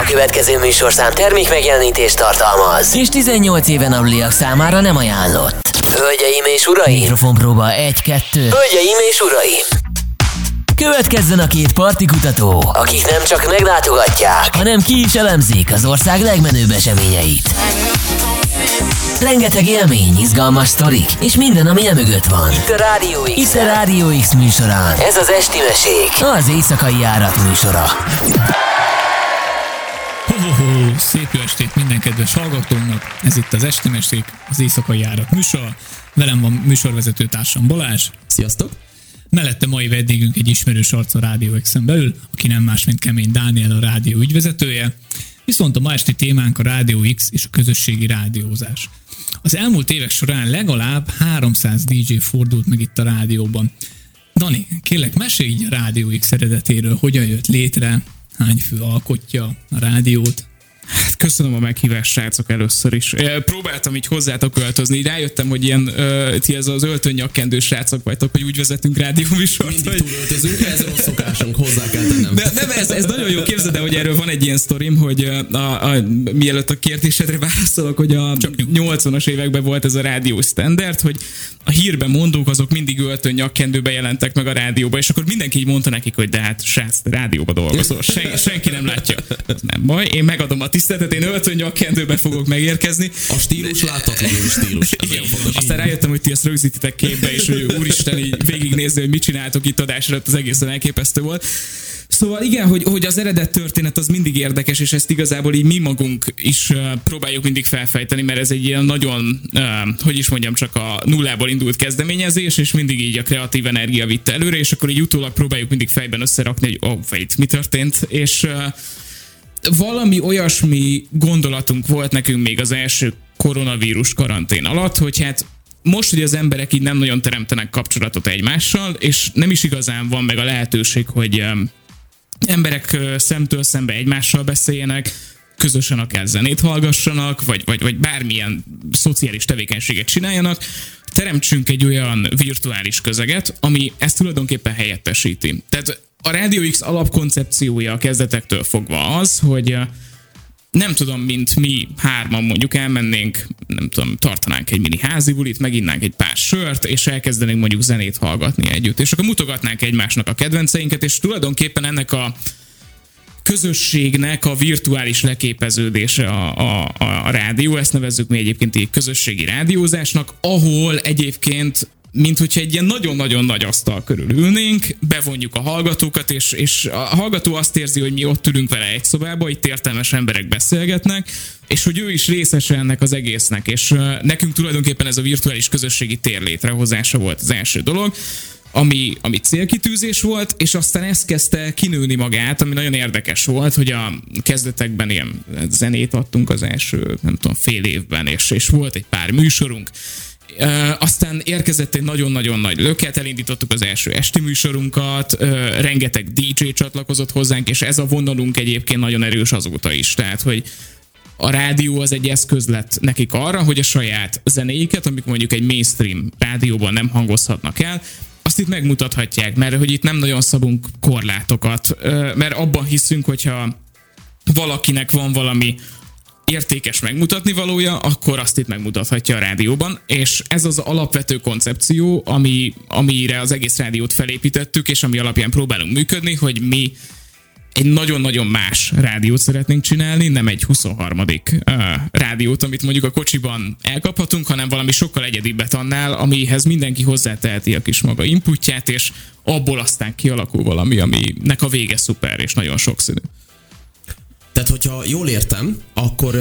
A következő műsorszám termékmegjelenítést tartalmaz, és 18 éven aluliak számára nem ajánlott. Hölgyeim és uraim! Mikrofonpróba 1-2. Hölgyeim és uraim! Következzen a két partikutató, akik nem csak meglátogatják, hanem ki is elemzik az ország legmenőbb eseményeit. Rengeteg élmény, izgalmas sztorik, és minden, ami mögött van. Itt a Rádió X műsorán. Ez az Esti Mesék, az éjszakai járat műsora. Szép jó estét minden kedves hallgatónak! Ez itt az Esti Mesék, az éjszakai járat műsora. Velem van műsorvezető társam Balázs. Sziasztok! Mellette mai vendégünk egy ismerős arc a Rádió X-en belül, aki nem más, mint Kemény Dániel, a rádió ügyvezetője. Viszont a ma esti témánk a Rádió X és a közösségi rádiózás. Az elmúlt évek során legalább 300 DJ fordult meg itt a rádióban. Dani, kérlek, mesélj így a Rádió X eredetéről, hogyan jött létre, hány fő alkotja a rádiót? Hát köszönöm a meghívást, srácok, először is. Próbáltam így hozzátok költözni, így rájöttem, hogy ilyen ti ez az öltönyakkendős srácok vagytok, hogy úgy vezetünk rádióműsort. Mindig túlöltözünk, ez a rossz szokásunk, hozzá kell tennem. De ez nagyon jó, képzeld el, hogy erről van egy ilyen sztorim, hogy mielőtt a kérdésedre válaszolok, hogy a 80-as években volt ez a rádió standard, hogy a hírben mondók azok mindig öltönyakkendőbe jelentek meg a rádióba, és akkor mindenki így mondta nekik, hogy de hát srác, te rádióba dolgozol, senki nem látja. Nem baj, én megadom a tiszteletet, én öltönyakkendőbe fogok megérkezni. A stílus láthatatlanul stílus. Aztán rájöttem, hogy ti ezt rögzítitek képbe, és hogy úristen így végignézni, hogy mit csináltok itt adás előtt, az egészen elképesztő volt. Szóval igen, hogy az eredet történet az mindig érdekes, és ezt igazából így mi magunk is próbáljuk mindig felfejteni, mert ez egy ilyen nagyon, hogy is mondjam, csak a nullából indult kezdeményezés, és mindig így a kreatív energia vitte előre, és akkor így utólag próbáljuk mindig fejben összerakni, hogy wait, mi történt, és valami olyasmi gondolatunk volt nekünk még az első koronavírus karantén alatt, hogy hát most, hogy az emberek így nem nagyon teremtenek kapcsolatot egymással, és nem is igazán van meg a lehetőség, hogy emberek szemtől szembe egymással beszéljenek, közösen akár zenét hallgassanak, vagy bármilyen szociális tevékenységet csináljanak, teremtsünk egy olyan virtuális közeget, ami ezt tulajdonképpen helyettesíti. Tehát a Rádió X alapkoncepciója a kezdetektől fogva az, hogy nem tudom, mint mi hárman mondjuk elmennénk, nem tudom, tartanánk egy mini házi bulit, meginnánk egy pár sört, és elkezdenénk mondjuk zenét hallgatni együtt. És akkor mutogatnánk egymásnak a kedvenceinket, és tulajdonképpen ennek a közösségnek a virtuális leképeződése a rádió, ezt nevezzük mi egyébként így közösségi rádiózásnak, ahol egyébként mint hogyha egy ilyen nagyon-nagyon nagy asztal körül ülnénk, bevonjuk a hallgatókat, és a hallgató azt érzi, hogy mi ott ülünk vele egy szobába, itt értelmes emberek beszélgetnek, és hogy ő is részese ennek az egésznek, és nekünk tulajdonképpen ez a virtuális közösségi tér létrehozása volt az első dolog, ami célkitűzés volt, és aztán ez kezdte kinőni magát, ami nagyon érdekes volt, hogy a kezdetekben ilyen zenét adtunk az első, nem tudom, fél évben, és volt egy pár műsorunk. Aztán érkezett egy nagyon-nagyon nagy löket, elindítottuk az első esti műsorunkat, rengeteg DJ csatlakozott hozzánk, és ez a vonalunk egyébként nagyon erős azóta is. Tehát, hogy a rádió az egy eszköz lett nekik arra, hogy a saját zenéiket, amik mondjuk egy mainstream rádióban nem hangozhatnak el, azt itt megmutathatják, mert hogy itt nem nagyon szabunk korlátokat, mert abban hiszünk, hogyha valakinek van valami értékes megmutatni valója, akkor azt itt megmutathatja a rádióban, és ez az alapvető koncepció, amire az egész rádiót felépítettük, és ami alapján próbálunk működni, hogy mi egy nagyon-nagyon más rádiót szeretnénk csinálni, nem egy 23. Rádiót, amit mondjuk a kocsiban elkaphatunk, hanem valami sokkal egyedibbet annál, amihez mindenki hozzáteheti a kis maga inputját, és abból aztán kialakul valami, aminek a vége szuper, és nagyon sokszínű. Tehát, hogyha jól értem, akkor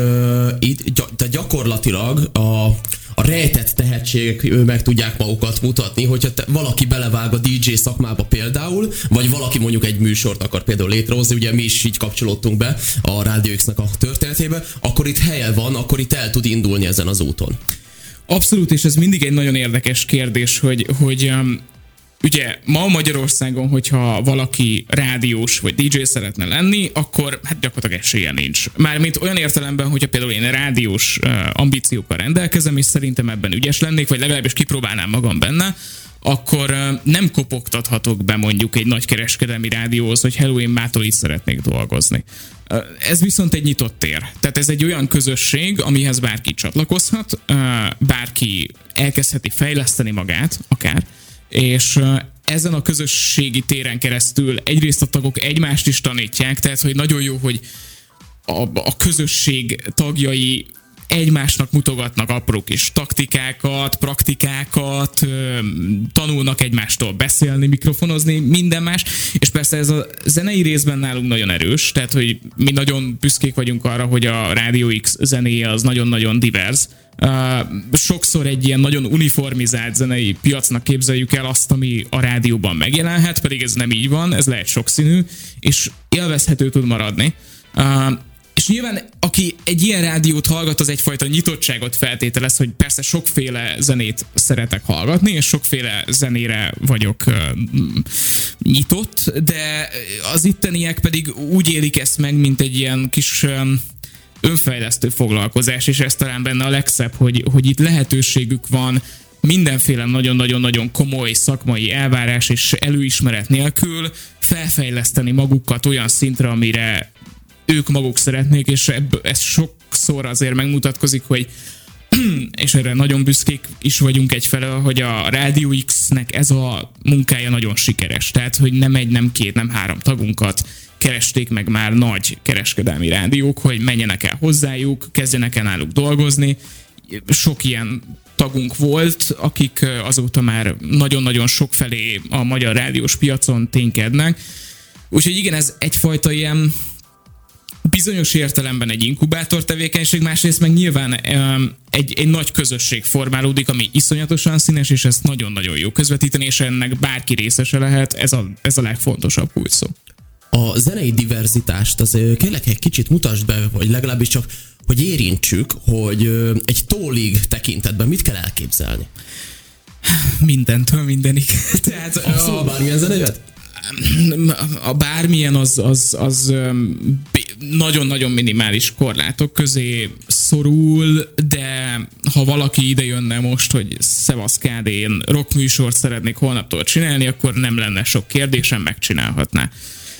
itt gyakorlatilag a rejtett tehetségek meg tudják magukat mutatni, hogyha valaki belevág a DJ szakmába például, vagy valaki mondjuk egy műsort akar például létrehozni, ugye mi is így kapcsolódtunk be a Rádió X-nek a történetébe, akkor itt helye van, akkor itt el tud indulni ezen az úton. Abszolút, és ez mindig egy nagyon érdekes kérdés, hogy ugye ma Magyarországon, hogyha valaki rádiós vagy DJ szeretne lenni, akkor hát gyakorlatilag esélye nincs. Mármint olyan értelemben, hogyha például én rádiós ambíciókkal rendelkezem, és szerintem ebben ügyes lennék, vagy legalábbis kipróbálnám magam benne, akkor nem kopogtathatok be mondjuk egy nagy kereskedelmi rádióhoz, hogy hello, én mától is szeretnék dolgozni. Ez viszont egy nyitott tér. Tehát ez egy olyan közösség, amihez bárki csatlakozhat, bárki elkezdheti fejleszteni magát, akár, és ezen a közösségi téren keresztül egyrészt a tagok egymást is tanítják, tehát hogy nagyon jó, hogy a közösség tagjai egymásnak mutogatnak apró kis taktikákat, praktikákat, tanulnak egymástól beszélni, mikrofonozni, minden más, és persze ez a zenei részben nálunk nagyon erős, tehát hogy mi nagyon büszkék vagyunk arra, hogy a Radio X zenéje az nagyon-nagyon divers. Sokszor egy ilyen nagyon uniformizált zenei piacnak képzeljük el azt, ami a rádióban megjelenhet, pedig ez nem így van, ez lehet sokszínű, és élvezhető tud maradni. És nyilván, aki egy ilyen rádiót hallgat, az egyfajta nyitottságot feltételez, hogy persze sokféle zenét szeretek hallgatni, és sokféle zenére vagyok nyitott, de az itteniek pedig úgy élik ezt meg, mint egy ilyen kis önfejlesztő foglalkozás, és ez talán benne a legszebb, hogy itt lehetőségük van mindenféle nagyon-nagyon-nagyon komoly szakmai elvárás és előismeret nélkül felfejleszteni magukat olyan szintre, amire ők maguk szeretnék, és ez sokszor azért megmutatkozik, hogy és erre nagyon büszkék is vagyunk egyfelől, hogy a Radio X-nek ez a munkája nagyon sikeres. Tehát, hogy nem egy, nem két, nem három tagunkat keresték meg már nagy kereskedelmi rádiók, hogy menjenek el hozzájuk, kezdjenek el náluk dolgozni. Sok ilyen tagunk volt, akik azóta már nagyon-nagyon sokfelé a magyar rádiós piacon ténykednek. Úgyhogy igen, ez egyfajta ilyen bizonyos értelemben egy inkubátor tevékenység, másrészt meg nyilván egy nagy közösség formálódik, ami iszonyatosan színes, és ezt nagyon-nagyon jó közvetíteni, és ennek bárki részese lehet, ez a legfontosabb kulcsszó. A zenei diverzitást az kérlek egy kicsit mutasd be, vagy legalábbis csak, hogy érintsük, hogy egy tólig tekintetben mit kell elképzelni? Mindentől mindenig. Tehát szóval bármilyen zeneivet? A bármilyen az nagyon-nagyon minimális korlátok közé szorul, de ha valaki ide jönne most, hogy szevaszkád, én rockműsort szeretnék holnaptól csinálni, akkor nem lenne sok kérdésem, megcsinálhatná.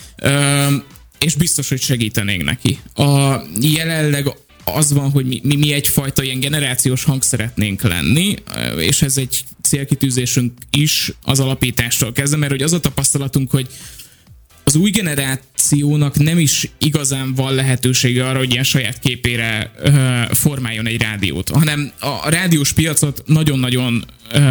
És biztos, hogy segítenénk neki. Jelenleg az van, hogy mi egyfajta ilyen generációs hang szeretnénk lenni, és ez egy célkitűzésünk is az alapítástól kezdve, mert hogy az a tapasztalatunk, hogy az új generációnak nem is igazán van lehetősége arra, hogy ilyen saját képére formáljon egy rádiót, hanem a rádiós piacot nagyon-nagyon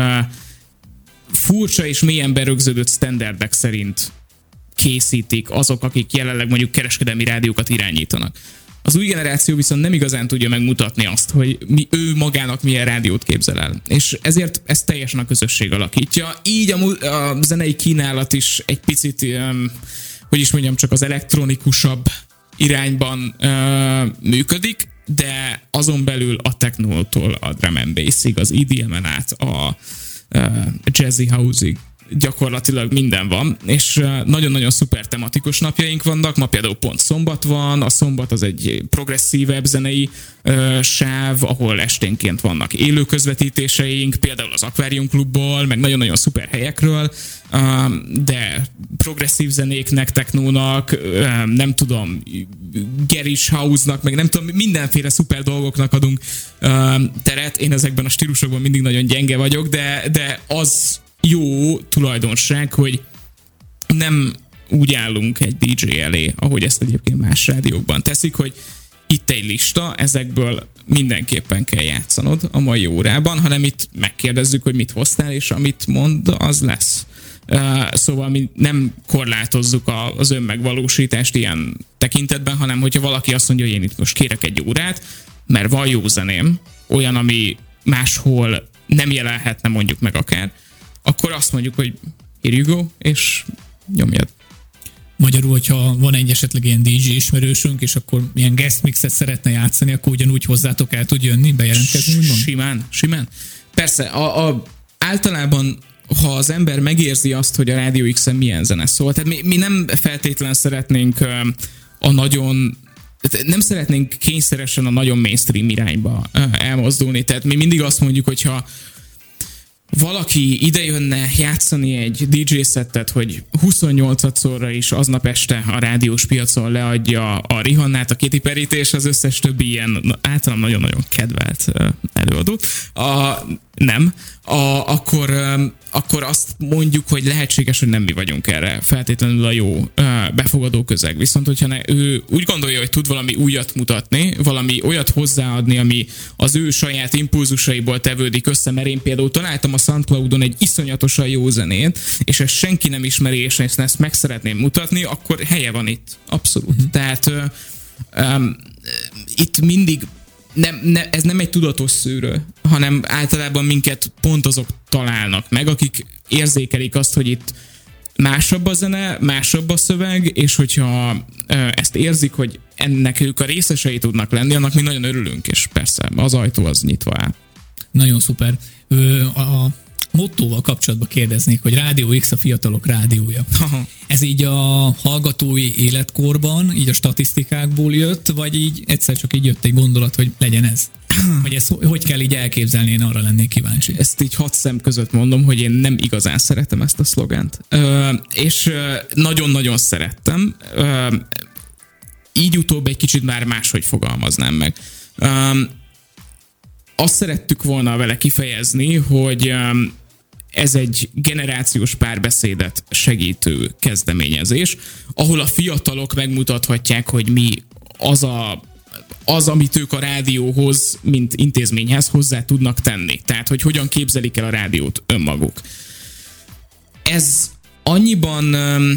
furcsa és mélyen berögződött standardek szerint készítik azok, akik jelenleg mondjuk kereskedelmi rádiókat irányítanak. Az új generáció viszont nem igazán tudja megmutatni azt, hogy ő magának milyen rádiót képzel el. És ezért ezt teljesen a közösség alakítja. Így a zenei kínálat is egy picit, hogy is mondjam, csak az elektronikusabb irányban működik, de azon belül a technótól a drum and bassig, az EDM-en át a jazzy house-ig gyakorlatilag minden van, és nagyon-nagyon szuper tematikus napjaink vannak. Ma például pont szombat van, a szombat az egy progresszívebb zenei sáv, ahol esténként vannak élő közvetítéseink, például az Aquarium Klubból, meg nagyon-nagyon szuper helyekről, de progresszív zenéknek, technónak, nem tudom, garage house-nak, meg nem tudom, mindenféle szuper dolgoknak adunk teret. Én ezekben a stílusokban mindig nagyon gyenge vagyok, de az jó tulajdonság, hogy nem úgy állunk egy DJ elé, ahogy ezt egyébként más rádiókban teszik, hogy itt egy lista, ezekből mindenképpen kell játszanod a mai órában, hanem itt megkérdezzük, hogy mit hoztál, és amit mond, az lesz. Szóval mi nem korlátozzuk az önmegvalósítást ilyen tekintetben, hanem hogyha valaki azt mondja, hogy én itt most kérek egy órát, mert van jó zeném, olyan, ami máshol nem jelenhetne mondjuk meg akár, akkor azt mondjuk, hogy here you go, és nyomjad. Magyarul, hogyha van egy esetleg ilyen DJ ismerősünk, és akkor ilyen guest mixet szeretne játszani, akkor ugyanúgy hozzátok el tud jönni, bejelentkezni, úgymond? Simán. Persze, általában, ha az ember megérzi azt, hogy a Radio X-en milyen zene szól, tehát mi nem feltétlen szeretnénk nem szeretnénk kényszeresen a nagyon mainstream irányba elmozdulni, tehát mi mindig azt mondjuk, hogyha valaki idejönne játszani egy DJ szettet, hogy 28-szorra is aznap este a rádiós piacon leadja a Rihannát, a Katy Perryt és az összes többi ilyen általán nagyon-nagyon kedvelt előadó. Akkor azt mondjuk, hogy lehetséges, hogy nem mi vagyunk erre feltétlenül a jó befogadó közeg. Viszont, hogyha ő úgy gondolja, hogy tud valami újat mutatni, valami olyat hozzáadni, ami az ő saját impulzusaiból tevődik össze, mert én például találtam a SoundCloudon egy iszonyatosan jó zenét, és ezt senki nem ismeri, és ezt meg szeretném mutatni, akkor helye van itt. Abszolút. Tehát itt mindig ez nem egy tudatos szűrő, hanem általában minket pont azok találnak meg, akik érzékelik azt, hogy itt másabb a zene, másabb a szöveg, és hogyha ezt érzik, hogy ennek ők a részesei tudnak lenni, annak mi nagyon örülünk, és persze az ajtó az nyitva áll. Nagyon szuper. A mottóval kapcsolatban kérdeznék, hogy Rádió X a fiatalok rádiója. Aha. Ez így a hallgatói életkorban, így a statisztikákból jött, vagy így egyszer csak így jött egy gondolat, hogy legyen ez? Hogy ezt hogy kell így elképzelni, én arra lennék kíváncsi. Ezt így 6 szem között mondom, hogy én nem igazán szeretem ezt a szlogent. És nagyon-nagyon szerettem. Így utóbb egy kicsit már máshogy fogalmaznám meg. Azt szerettük volna vele kifejezni, hogy ez egy generációs párbeszédet segítő kezdeményezés, ahol a fiatalok megmutathatják, hogy mi az, amit ők a rádióhoz, mint intézményhez hozzá tudnak tenni. Tehát, hogy hogyan képzelik el a rádiót önmaguk. Ez annyiban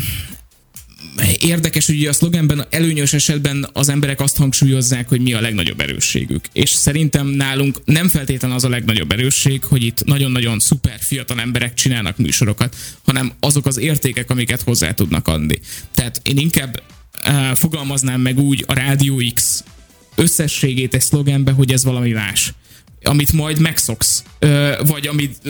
érdekes, hogy a szlogenben előnyös esetben az emberek azt hangsúlyozzák, hogy mi a legnagyobb erősségük. És szerintem nálunk nem feltétlenül az a legnagyobb erősség, hogy itt nagyon-nagyon szuper fiatal emberek csinálnak műsorokat, hanem azok az értékek, amiket hozzá tudnak adni. Tehát én inkább fogalmaznám meg úgy a Rádió X összességét egy szlogenbe, hogy ez valami más. Amit majd megszoksz. Vagy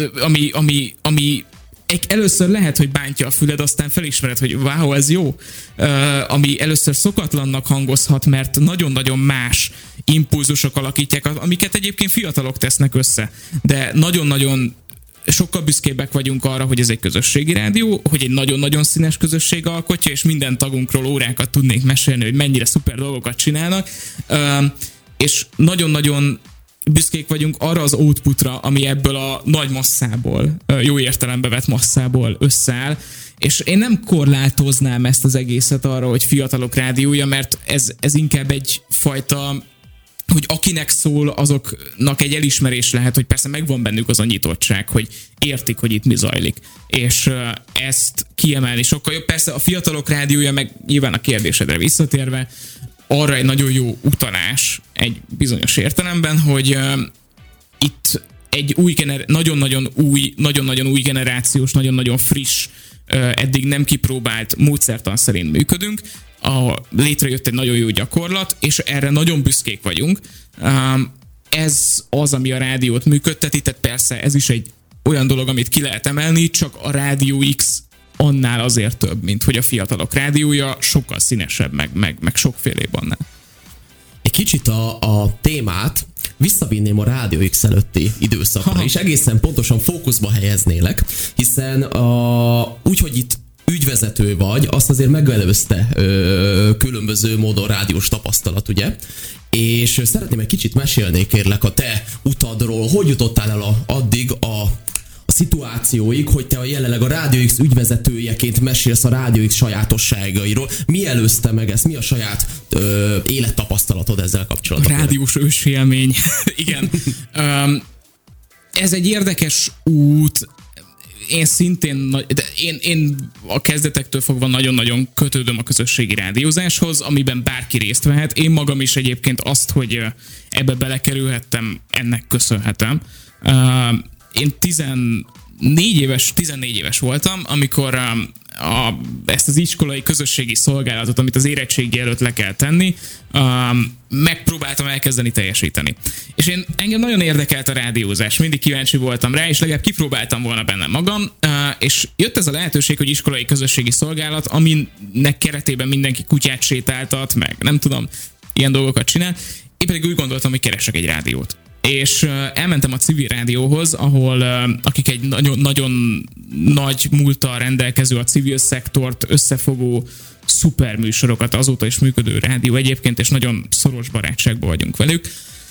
ami először lehet, hogy bántja a füled, aztán felismered, hogy wow, ez jó. Ami először szokatlannak hangozhat, mert nagyon-nagyon más impulzusok alakítják, amiket egyébként fiatalok tesznek össze. De nagyon-nagyon sokkal büszkébbek vagyunk arra, hogy ez egy közösségi rádió, hogy egy nagyon-nagyon színes közösség alkotja, és minden tagunkról órákat tudnék mesélni, hogy mennyire szuper dolgokat csinálnak. És nagyon-nagyon büszkék vagyunk arra az outputra, ami ebből a nagy masszából, jó értelembe vett masszából összeáll, és én nem korlátoznám ezt az egészet arra, hogy fiatalok rádiója, mert ez inkább egyfajta, hogy akinek szól, azoknak egy elismerés lehet, hogy persze megvan bennük az a nyitottság, hogy értik, hogy itt mi zajlik. És ezt kiemelni sokkal jobb. Persze a fiatalok rádiója, meg nyilván a kérdésedre visszatérve, arra egy nagyon jó utalás egy bizonyos értelemben, hogy itt egy nagyon-nagyon új generációs, nagyon-nagyon friss, eddig nem kipróbált módszertan szerint működünk. Létrejött egy nagyon jó gyakorlat, és erre nagyon büszkék vagyunk. Ez az, ami a rádiót működteti, tehát persze ez is egy olyan dolog, amit ki lehet emelni, csak a Rádió X annál azért több, mint hogy a fiatalok rádiója, sokkal színesebb, meg sokfélébb annál. Egy kicsit a témát visszavinném a Rádió X előtti időszakra, és egészen pontosan fókuszba helyeznélek, hiszen úgy, hogy itt ügyvezető vagy, azt azért megelőzte különböző módon rádiós tapasztalat, ugye? És szeretném egy kicsit mesélni, kérlek, a te utadról, hogy jutottál el addig a szituációig, hogy te jelenleg a Rádió X ügyvezetőjeként mesélsz a Rádió X sajátosságairól. Mi előzte meg ezt? Mi a saját élettapasztalatod ezzel kapcsolatban? Rádiós ősélmény. Igen. Ez egy érdekes út. Én szintén, én a kezdetektől fogva nagyon-nagyon kötődöm a közösségi rádiózáshoz, amiben bárki részt vehet. Én magam is egyébként azt, hogy ebbe belekerülhettem, ennek köszönhetem. Én 14 éves voltam, amikor ezt az iskolai közösségi szolgálatot, amit az érettségi előtt le kell tenni, megpróbáltam elkezdeni teljesíteni. És engem nagyon érdekelt a rádiózás, mindig kíváncsi voltam rá, és legalább kipróbáltam volna benne magam, és jött ez a lehetőség, hogy iskolai közösségi szolgálat, aminek keretében mindenki kutyát sétáltat, meg nem tudom, ilyen dolgokat csinál. Én pedig úgy gondoltam, hogy keresek egy rádiót. és elmentem a civil rádióhoz, ahol akik egy nagyon, nagyon nagy múlttal rendelkező, a civil szektort összefogó szuper műsorokat, azóta is működő rádió egyébként, és nagyon szoros barátságban vagyunk velük.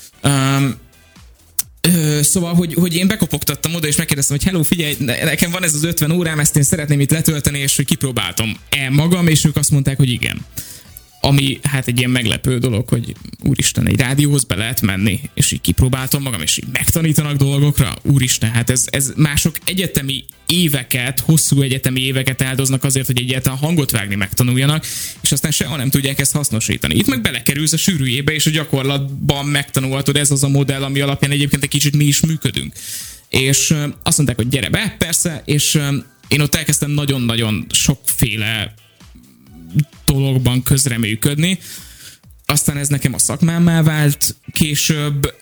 Szóval, hogy én bekopogtattam oda, és megkérdeztem, hogy hello, figyelj, nekem van ez az 50 órám, ezt én szeretném itt letölteni, és hogy kipróbáltam magam, és ők azt mondták, hogy igen. Ami hát egy ilyen meglepő dolog, hogy úristen, egy rádióhoz be lehet menni, és így kipróbáltam magam, és így megtanítanak dolgokra. Úristen, hát ez mások egyetemi éveket, hosszú egyetemi éveket áldoznak azért, hogy egyáltalán hangot vágni megtanuljanak, és aztán sehol nem tudják ezt hasznosítani. Itt meg belekerülsz a sűrűjébe, és a gyakorlatban megtanulhatod, ez az a modell, ami alapján egyébként egy kicsit mi is működünk. És azt mondták, hogy gyere be, persze, és én ott elkezdtem nagyon-nagyon sokféle dologban közreműködni. Aztán ez nekem a szakmámmá vált. Később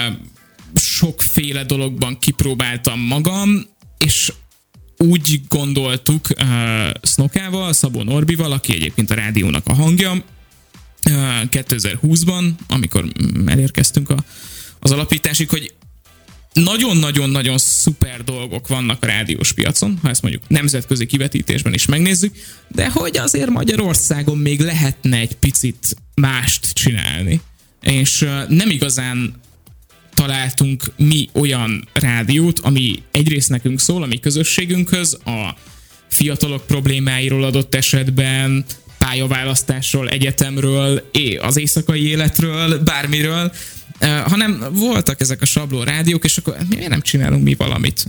sokféle dologban kipróbáltam magam, és úgy gondoltuk Snokával, Szabó Norbival, aki egyébként a rádiónak a hangja, 2020-ban, amikor elérkeztünk az alapításig, hogy nagyon-nagyon-nagyon szuper dolgok vannak a rádiós piacon, ha ezt mondjuk nemzetközi kivetítésben is megnézzük, de hogy azért Magyarországon még lehetne egy picit mást csinálni. És nem igazán találtunk mi olyan rádiót, ami egyrészt nekünk szól, ami közösségünkhöz, a fiatalok problémáiról adott esetben, pályaválasztásról, egyetemről, az éjszakai életről, bármiről, hanem voltak ezek a sablón rádiók, és akkor miért nem csinálunk mi valamit?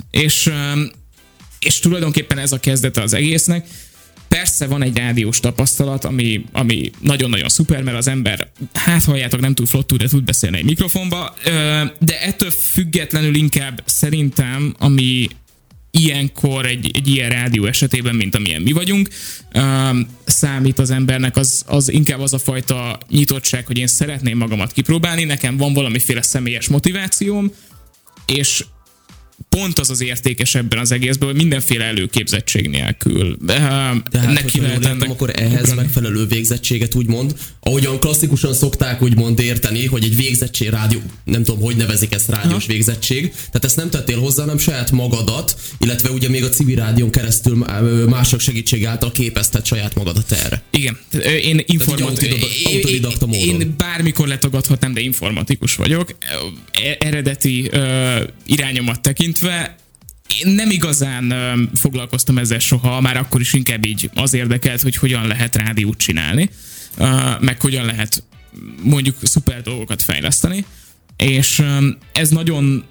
És tulajdonképpen ez a kezdete az egésznek. Persze van egy rádiós tapasztalat, ami nagyon-nagyon szuper, mert az ember, hát halljátok, nem túl flottul, de tud beszélni egy mikrofonba, de ettől függetlenül inkább szerintem, ami ilyenkor egy ilyen rádió esetében, mint amilyen mi vagyunk, számít az embernek az inkább az a fajta nyitottság, hogy én szeretném magamat kipróbálni, nekem van valamiféle személyes motivációm, és pont az értékes ebben az egészben, hogy mindenféle előképzettség nélkül. Tehát, hogyha jól értem, akkor ehhez megfelelő végzettséget úgymond, ahogyan klasszikusan szokták úgymond érteni, hogy egy végzettség rádió, nem tudom, hogy nevezik ezt rádiós végzettség, tehát ezt nem tettél hozzá, hanem saját magadat, illetve ugye még a civil rádión keresztül mások segítség által képezted saját magadat erre. Igen, én autodidakta módon. Én bármikor letagadhatnám, de informatikus vagyok. Eredeti irányomat tekintve én nem igazán foglalkoztam ezzel soha, már akkor is inkább így az érdekelt, hogy hogyan lehet rádiót csinálni, meg hogyan lehet mondjuk szuper dolgokat fejleszteni, és ez nagyon,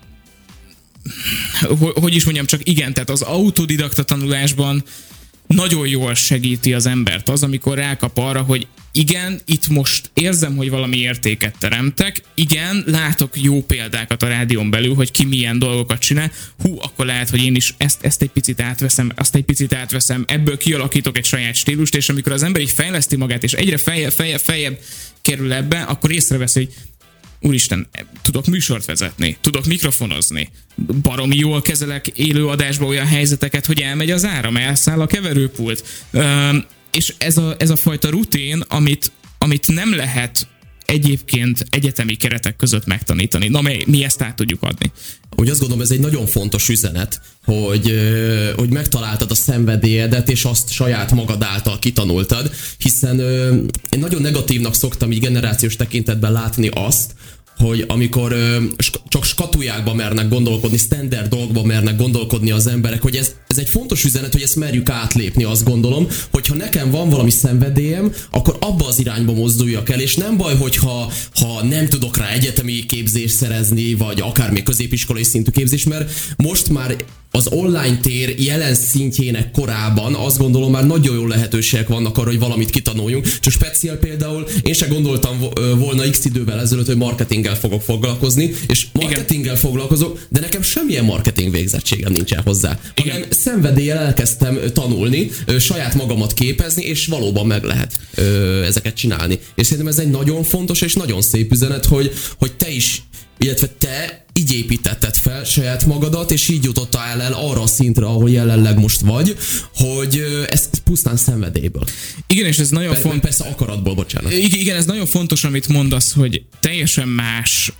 hogy is mondjam, csak igen, tehát az autodidakta tanulásban nagyon jól segíti az embert az, amikor rákap arra, hogy igen, itt most érzem, hogy valami értéket teremtek, igen, látok jó példákat a rádión belül, hogy ki milyen dolgokat csinál, akkor lehet, hogy én is ezt egy picit átveszem, azt egy picit átveszem, ebből kialakítok egy saját stílust, és amikor az ember így fejleszti magát, és egyre feljebb kerül ebbe, akkor észrevesz, hogy úristen, tudok műsort vezetni, tudok mikrofonozni, baromi jól kezelek élőadásba olyan helyzeteket, hogy elmegy az áram, elszáll a keverőpult. És ez a fajta rutin, amit nem lehet egyébként egyetemi keretek között megtanítani. Na, mi ezt át tudjuk adni. Úgy azt gondolom, ez egy nagyon fontos üzenet, hogy megtaláltad a szenvedélyedet, és azt saját magad által kitanultad, hiszen én nagyon negatívnak szoktam így generációs tekintetben látni azt, hogy amikor csak skatujákba mernek gondolkodni, standard dolgokba mernek gondolkodni az emberek, hogy ez egy fontos üzenet, hogy ezt merjük átlépni, azt gondolom, hogyha nekem van valami szenvedélyem, akkor abba az irányba mozduljak el, és nem baj, hogyha nem tudok rá egyetemi képzést szerezni, vagy akár még középiskolai szintű képzést, mert most már az online tér jelen szintjének korában azt gondolom már nagyon jó lehetőségek vannak arra, hogy valamit kitanuljunk. Csak speciál például én se gondoltam volna x idővel ezelőtt, hogy marketinggel fogok foglalkozni, és marketinggel foglalkozok, de nekem semmilyen marketing végzettségem nincsen hozzá. Hanem szenvedéllyel elkezdtem tanulni, saját magamat képezni, és valóban meg lehet ezeket csinálni. És szerintem ez egy nagyon fontos és nagyon szép üzenet, hogy te is, illetve te így építetted fel saját magadat, és így jutottál el arra a szintre, ahol jelenleg most vagy, hogy ez pusztán szenvedélyből. Igen, és ez nagyon fontos. Persze akaratból, bocsánat. Igen, ez nagyon fontos, amit mondasz, hogy teljesen más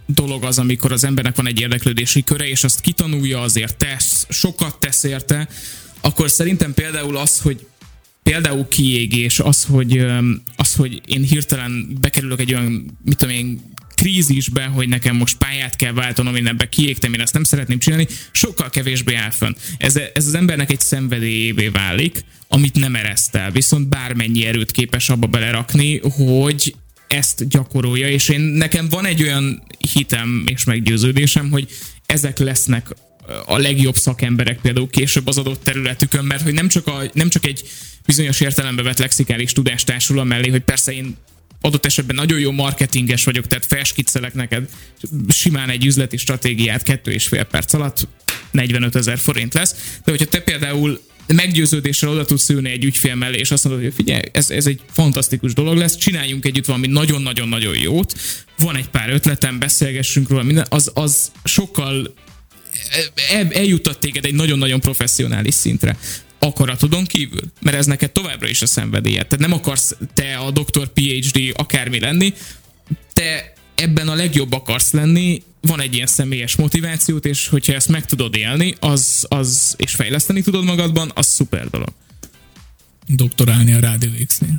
dolog az, amikor az embernek van egy érdeklődési köre, és azt kitanulja, azért tesz, sokat tesz érte, akkor szerintem például az, hogy például kiégés, az, hogy én hirtelen bekerülök egy olyan, mit tudom én, krízisbe, hogy nekem most pályát kell váltanom, én ebbe kiégtem, én ezt nem szeretném csinálni, sokkal kevésbé áll fönn. Ez az embernek egy szenvedélyévé válik, amit nem ereszt el, viszont bármennyi erőt képes abba belerakni, hogy ezt gyakorolja, és nekem van egy olyan hitem és meggyőződésem, hogy ezek lesznek a legjobb szakemberek például később az adott területükön, mert hogy nem csak egy bizonyos értelembe vett lexikális tudás társul mellé, hogy persze én adott esetben nagyon jó marketinges vagyok, tehát felskiccelek neked simán egy üzleti stratégiát 2,5 perc alatt 45 000 forint lesz, de hogyha te például meggyőződéssel oda tudsz ülni egy ügyfél mellé, és azt mondod, hogy figyelj, ez egy fantasztikus dolog lesz, csináljunk együtt valami nagyon-nagyon-nagyon jót, van egy pár ötletem, beszélgessünk róla, minden, az sokkal eljuttat téged egy nagyon-nagyon professzionális szintre. Akaratodon kívül, mert ez neked továbbra is a szenvedélyed. Tehát nem akarsz te a doktor, PhD, akármi lenni, te ebben a legjobb akarsz lenni, van egy ilyen személyes motivációt, és hogyha ezt meg tudod élni, és fejleszteni tudod magadban, az szuper dolog. Doktorálni a Rádió X-nél.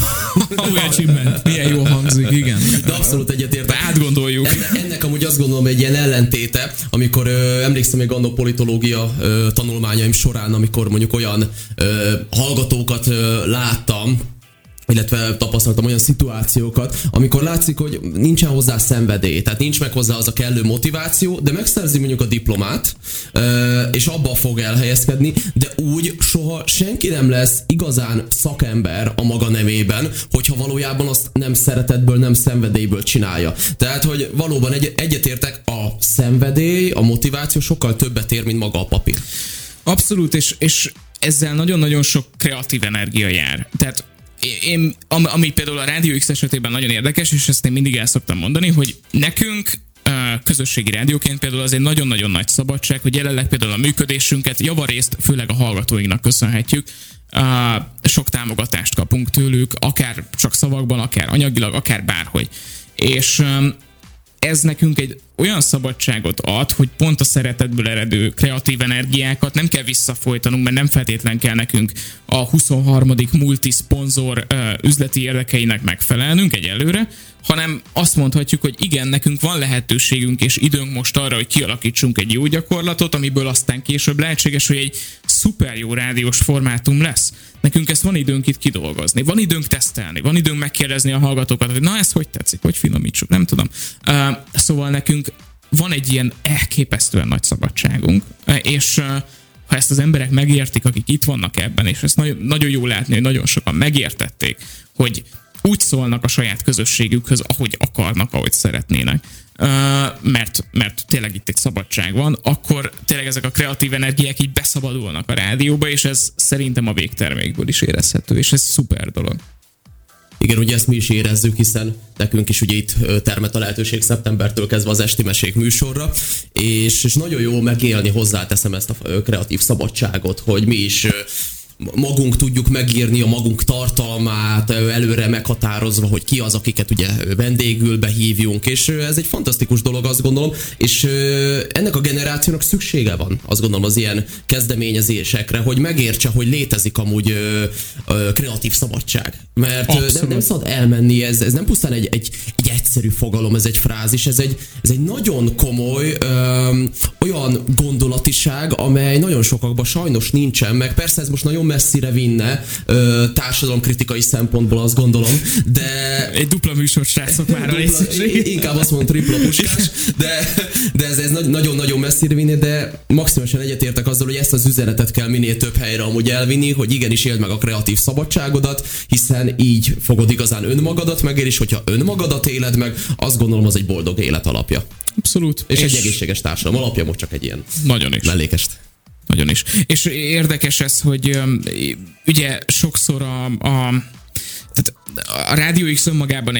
Milyen jó hangzik, igen. De abszolút egyetértek. Átgondoljuk. Ennek amúgy azt gondolom egy ilyen ellentéte, amikor emlékszem még annó politológia tanulmányaim során, amikor mondjuk olyan hallgatókat láttam, illetve tapasztaltam olyan szituációkat, amikor látszik, hogy nincsen hozzá szenvedély, tehát nincs meg hozzá az a kellő motiváció, de megszerzi mondjuk a diplomát, és abba fog elhelyezkedni, de úgy soha senki nem lesz igazán szakember a maga nevében, hogyha valójában azt nem szeretetből, nem szenvedélyből csinálja. Tehát, hogy valóban egyetértek, a szenvedély, a motiváció sokkal többet ér, mint maga a papír. Abszolút, és ezzel nagyon-nagyon sok kreatív energia jár. Tehát ami például a Rádió X esetében nagyon érdekes, és ezt én mindig el szoktam mondani, hogy nekünk közösségi rádióként például az egy nagyon-nagyon nagy szabadság, hogy jelenleg például a működésünket javarészt főleg a hallgatóinknak köszönhetjük. Sok támogatást kapunk tőlük, akár csak szavakban, akár anyagilag, akár bárhogy. És ez nekünk egy olyan szabadságot ad, hogy pont a szeretetből eredő kreatív energiákat nem kell visszafolytanunk, mert nem feltétlen kell nekünk a 23. multi-szponzor üzleti érdekeinek megfelelnünk egyelőre, hanem azt mondhatjuk, hogy igen, nekünk van lehetőségünk és időnk most arra, hogy kialakítsunk egy jó gyakorlatot, amiből aztán később lehetséges, hogy egy szuper jó rádiós formátum lesz. Nekünk ezt van időnk itt kidolgozni, van időnk tesztelni, van időnk megkérdezni a hallgatókat, hogy na ez hogy tetszik, hogy finomítsuk, nem tudom. Szóval nekünk van egy ilyen elképesztően nagy szabadságunk, és ha ezt az emberek megértik, akik itt vannak ebben, és ezt nagyon jó látni, hogy nagyon sokan megértették, hogy úgy szólnak a saját közösségükhöz, ahogy akarnak, ahogy szeretnének, mert tényleg itt egy szabadság van, akkor tényleg ezek a kreatív energiák így beszabadulnak a rádióba, és ez szerintem a végtermékből is érezhető, és ez szuper dolog. Igen, ugye ezt mi is érezzük, hiszen nekünk is ugye itt termett a lehetőség szeptembertől kezdve az Esti Mesék műsorra, és nagyon jó megélni, hozzáteszem ezt a kreatív szabadságot, hogy mi is magunk tudjuk megírni a magunk tartalmát, előre meghatározva, hogy ki az, akiket ugye vendégül behívjunk, és ez egy fantasztikus dolog, azt gondolom, és ennek a generációnak szüksége van, azt gondolom, az ilyen kezdeményezésekre, hogy megértse, hogy létezik amúgy kreatív szabadság. Mert nem szabad elmenni, ez nem pusztán egy egyszerű fogalom, ez egy frázis, ez egy nagyon komoly olyan gondolatiság, amely nagyon sokakban sajnos nincsen, meg persze ez most nagyon messzire vinne társadalomkritikai szempontból, azt gondolom, de... Egy dupla műsor, srácok már inkább azt mondom tripla puskás, de ez nagyon-nagyon messzire vinne, de maximálisan egyetértek azzal, hogy ezt az üzenetet kell minél több helyre amúgy elvinni, hogy igenis éld meg a kreatív szabadságodat, hiszen így fogod igazán önmagadat megélni, és hogyha önmagadat éled meg, azt gondolom, az egy boldog élet alapja. Abszolút. És egy egészséges társadalom alapja, most csak egy ilyen nagyon is. mellékest. Nagyon is. És érdekes ez, hogy ugye sokszor tehát a Rádió X önmagában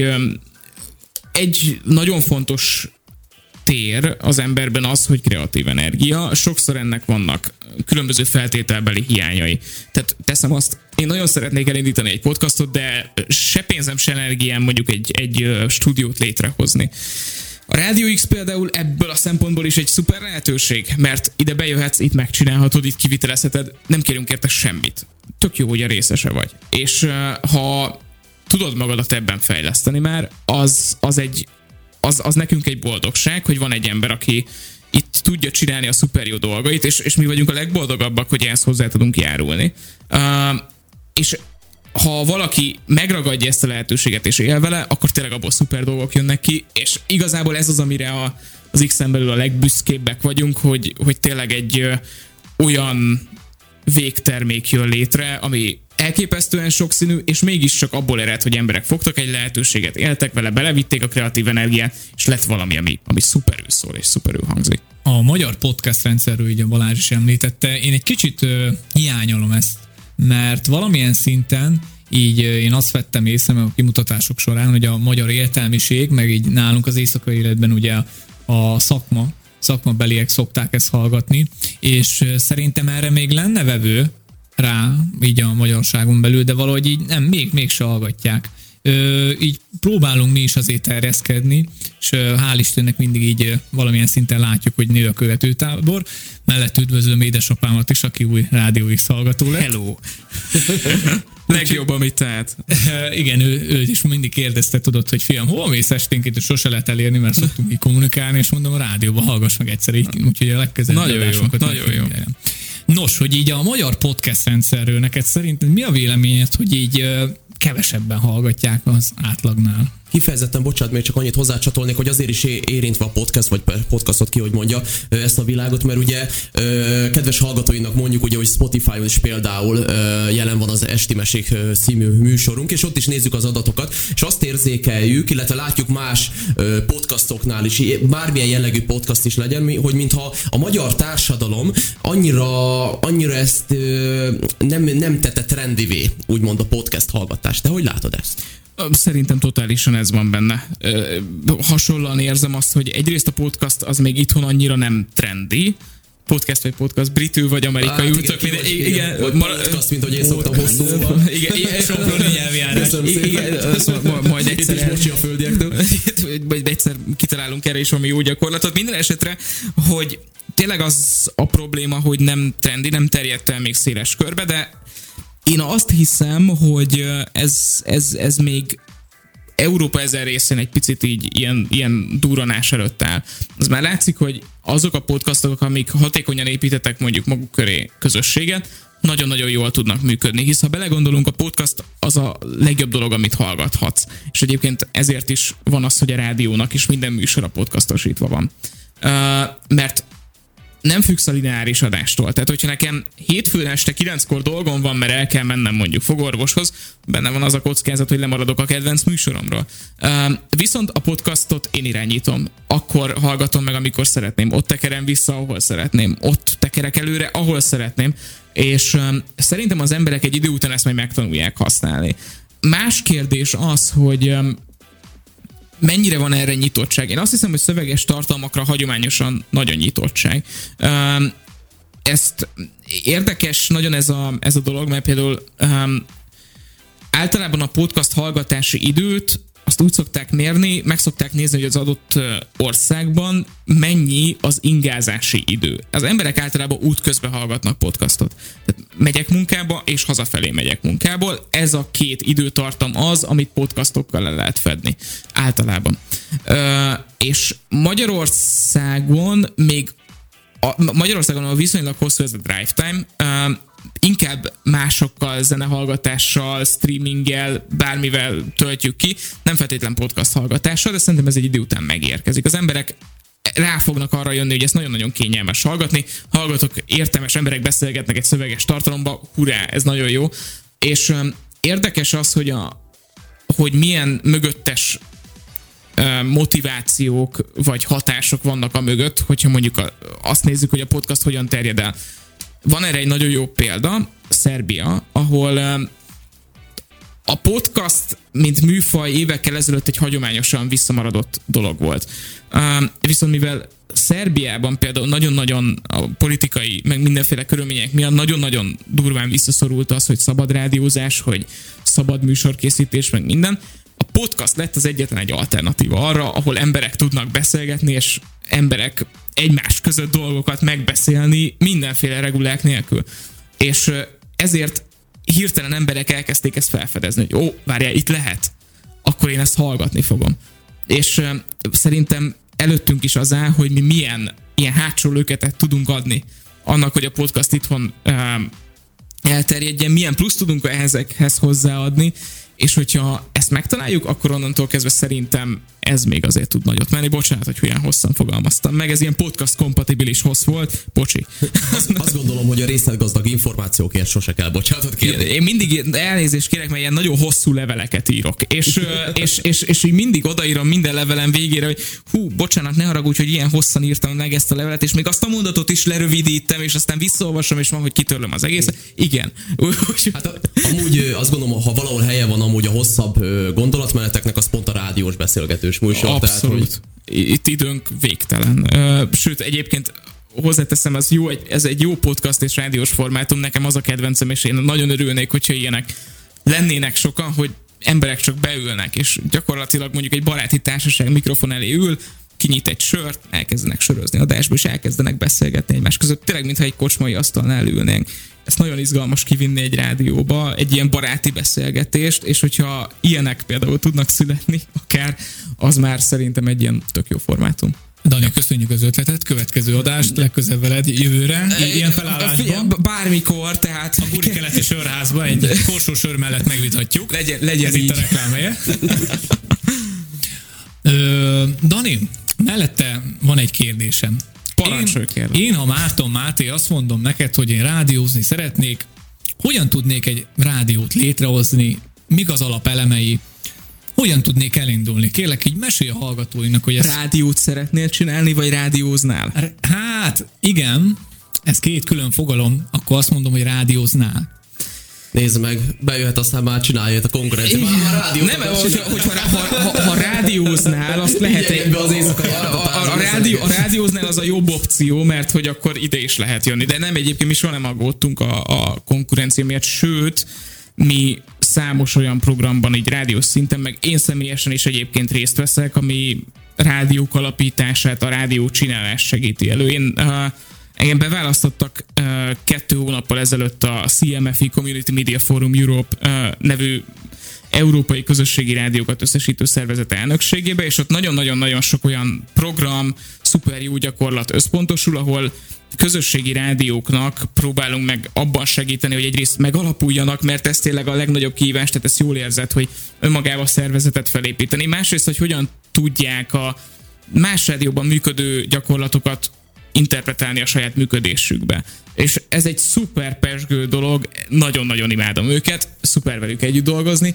egy nagyon fontos tér az emberben az, hogy kreatív energia. Sokszor ennek vannak különböző feltételbeli hiányai. Tehát teszem azt, én nagyon szeretnék elindítani egy podcastot, de se pénzem, se energiám mondjuk egy stúdiót létrehozni. A Rádió X például ebből a szempontból is egy szuper lehetőség, mert ide bejöhetsz, itt megcsinálhatod, itt kivitelezheted, nem kérünk érte semmit. Tök jó, hogy a részese vagy. És ha tudod magadat ebben fejleszteni már, az nekünk egy boldogság, hogy van egy ember, aki itt tudja csinálni a szuper jó dolgait, és mi vagyunk a legboldogabbak, hogy ehhez hozzá tudunk járulni. És ha valaki megragadja ezt a lehetőséget és él vele, akkor tényleg abból szuper dolgok jönnek ki, és igazából ez az, amire az X-en belül a legbüszkébbek vagyunk, hogy tényleg egy olyan végtermék jön létre, ami elképesztően sokszínű, és mégiscsak abból ered, hogy emberek fogtak egy lehetőséget, éltek vele, belevitték a kreatív energiát, és lett valami, ami szuperül szól és szuperül hangzik. A magyar podcast rendszerről így a Balázs is említette, én egy kicsit hiányolom ezt, mert valamilyen szinten így én azt vettem észre a kimutatások során, hogy a magyar értelmiség, meg így nálunk az éjszakai életben ugye a szakmabeliek szokták ezt hallgatni, és szerintem erre még lenne vevő rá, így a magyarságon belül, de valahogy így nem, mégse hallgatják. Így próbálunk mi is azért terjeszkedni, és hál' Istennek mindig így valamilyen szinten látjuk, hogy nő a követőtábor. Mellett üdvözlöm édesapámat is, aki új Rádió X hallgató lett. Hello! Legjobb, amit tehát. Igen, ő is mindig kérdezte, tudod, hogy fiam, hol mész esténként, és sose lehet elérni, mert szoktunk így kommunikálni, és mondom, a rádióban hallgass meg egyszer, így, úgyhogy a legközelebb Nagyon jó. Nos, hogy így a magyar podcast rendszerről neked szerinted mi a véleményed, hogy így kevesebben hallgatják az átlagnál? Kifejezetten, bocsánat, még csak annyit hozzácsatolnék, hogy azért is érintve a podcast, vagy podcastot ki, hogy mondja ezt a világot, mert ugye kedves hallgatóinak mondjuk, ugye, hogy Spotify-on is például jelen van az Esti Mesék című műsorunk, és ott is nézzük az adatokat, és azt érzékeljük, illetve látjuk más podcastoknál is, bármilyen jellegű podcast is legyen, hogy mintha a magyar társadalom annyira ezt nem tette trendivé, úgymond a podcast hallgatást. Te hogy látod ezt? Szerintem totálisan ez van benne. Hasonlóan érzem azt, hogy egyrészt a podcast az még itthon annyira nem trendi, podcast, britül vagy amerikai útok. Igen, podcast, mint hogy én szoktam hosszúval. Igen, soproni nyelvjárás. Majd egyszer kitalálunk erre is valami jó gyakorlatot. Minden esetre, hogy tényleg az a probléma, hogy nem trendi, nem terjedt el még széles körbe, de én azt hiszem, hogy ez még Európa ezen részén egy picit így ilyen durranás előtt áll. Az már látszik, hogy azok a podcastok, amik hatékonyan építettek mondjuk maguk köré közösséget, nagyon-nagyon jól tudnak működni, hisz ha belegondolunk, a podcast az a legjobb dolog, amit hallgathatsz. És egyébként ezért is van az, hogy a rádiónak is minden műsor a podcastosítva van. Mert nem függsz a lineáris adástól. Tehát, hogyha nekem hétfőn este 9-kor dolgom van, mert el kell mennem mondjuk fogorvoshoz, benne van az a kockázat, hogy lemaradok a kedvenc műsoromról. Viszont a podcastot én irányítom. Akkor hallgatom meg, amikor szeretném. Ott tekerem vissza, ahol szeretném. Ott tekerek előre, ahol szeretném. És szerintem az emberek egy idő után ezt majd megtanulják használni. Más kérdés az, hogy mennyire van erre nyitottság? Én azt hiszem, hogy szöveges tartalmakra hagyományosan nagyon nyitottság. Ezt érdekes nagyon ez a dolog, mert például általában a podcast hallgatási időt azt úgy szokták mérni, meg szokták nézni, hogy az adott országban mennyi az ingázási idő. Az emberek általában útközben hallgatnak podcastot. Tehát megyek munkába, és hazafelé megyek munkából. Ez a két időtartam az, amit podcastokkal le lehet fedni. Általában. És Magyarországon a viszonylag hosszú ez a drive time, inkább másokkal, zenehallgatással, streaminggel, bármivel töltjük ki, nem feltétlen podcast hallgatással, de szerintem ez egy idő után megérkezik. Az emberek rá fognak arra jönni, hogy ezt nagyon-nagyon kényelmes hallgatni. Hallgatok, értelmes emberek beszélgetnek egy szöveges tartalomba, hurrá, ez nagyon jó. És érdekes az, hogy milyen mögöttes motivációk vagy hatások vannak a mögött, hogyha mondjuk azt nézzük, hogy a podcast hogyan terjed el. Van erre egy nagyon jó példa, Szerbia, ahol a podcast, mint műfaj évekkel ezelőtt egy hagyományosan visszamaradott dolog volt. Viszont mivel Szerbiában például nagyon-nagyon a politikai, meg mindenféle körülmények miatt nagyon-nagyon durván visszaszorult az, hogy szabad rádiózás, hogy szabad műsorkészítés, meg minden, A podcast lett az egyetlen egy alternatíva arra, ahol emberek tudnak beszélgetni, és emberek egymás között dolgokat megbeszélni mindenféle regulák nélkül. És ezért hirtelen emberek elkezdték ezt felfedezni, hogy várjál, itt lehet, akkor én ezt hallgatni fogom. És szerintem előttünk is az áll, hogy mi milyen ilyen hátsó löketet tudunk adni annak, hogy a podcast itthon elterjedjen, milyen plusz tudunk ezekhez hozzáadni, és hogyha ezt megtaláljuk, akkor onnantól kezdve szerintem ez még azért tud nagyot menni. Bocsánat, hogy olyan hosszan fogalmaztam meg, ez ilyen podcast kompatibilis hossz volt, bocsi. Azt gondolom, hogy a részletgazdag információkért sose kell bocsánatot kérni. Én mindig elnézést kérek, mert ilyen nagyon hosszú leveleket írok, és így mindig odaírom minden levelem végére, hogy bocsánat, ne haragudj, hogy ilyen hosszan írtam meg ezt a levelet, és még azt a mondatot is lerövidítem, és aztán visszaolvasom, és van, hogy kitörlöm az egészet. Igen. Hát amúgy azt gondolom, ha valahol helye van amúgy a hosszabb gondolatmeneteknek, az pont a rádiós beszélgetős műsor. Abszolút. Tehát, hogy... Itt időnk végtelen. Sőt, egyébként hozzáteszem, ez egy jó podcast és rádiós formátum, nekem az a kedvencem, és én nagyon örülnék, hogyha ilyenek lennének sokan, hogy emberek csak beülnek, és gyakorlatilag mondjuk egy baráti társaság mikrofon elé ül, kinyit egy sört, elkezdenek sörözni adásba, és elkezdenek beszélgetni egymás között. Tényleg, mintha egy kocsmai asztalnál ülnénk. Ez nagyon izgalmas kivinni egy rádióba, egy ilyen baráti beszélgetést, és hogyha ilyenek például tudnak születni, akár, az már szerintem egy ilyen tök jó formátum. Dani, köszönjük az ötletet, következő adást legközelebb veled jövőre, ilyen felállásban. Bármikor, tehát... A Guri keleti sörházban egy korsó sör mellett megvitatjuk. Legyen ez így. Itt a reklámhelye. Dani, mellette van egy kérdésem. Én, ha Márton Máté, azt mondom neked, hogy én rádiózni szeretnék, hogyan tudnék egy rádiót létrehozni, mik az alapelemei, hogyan tudnék elindulni? Kérlek, így mesélj a hallgatóinak, hogy ezt... Rádiót szeretnél csinálni, vagy rádióznál? Hát, igen, ez két külön fogalom, akkor azt mondom, hogy rádióznál. Nézd meg, bejöhet, aztán már csinálja a konkurencia. Nem, ha rádióznál, azt lehet a rádióznál az a jobb opció, mert hogy akkor ide is lehet jönni. De nem, egyébként mi soha nem aggódtunk a konkurencia miatt, sőt, mi számos olyan programban így rádiós szinten, meg én személyesen is egyébként részt veszek, ami rádiók alapítását, a rádió csinálást segíti elő. Engem beválasztottak 2 hónappal ezelőtt a CMFI, Community Media Forum Europe nevű európai közösségi rádiókat összesítő szervezet elnökségébe, és ott nagyon-nagyon-nagyon sok olyan program, szuper jó gyakorlat összpontosul, ahol közösségi rádióknak próbálunk meg abban segíteni, hogy egyrészt megalapuljanak, mert ez tényleg a legnagyobb kihívás, tehát ezt jól érzed, hogy önmagával szervezetet felépíteni. Másrészt, hogy hogyan tudják a más rádióban működő gyakorlatokat interpretálni a saját működésükbe. És ez egy szuper pezsgő dolog, nagyon-nagyon imádom őket, szuper velük együtt dolgozni.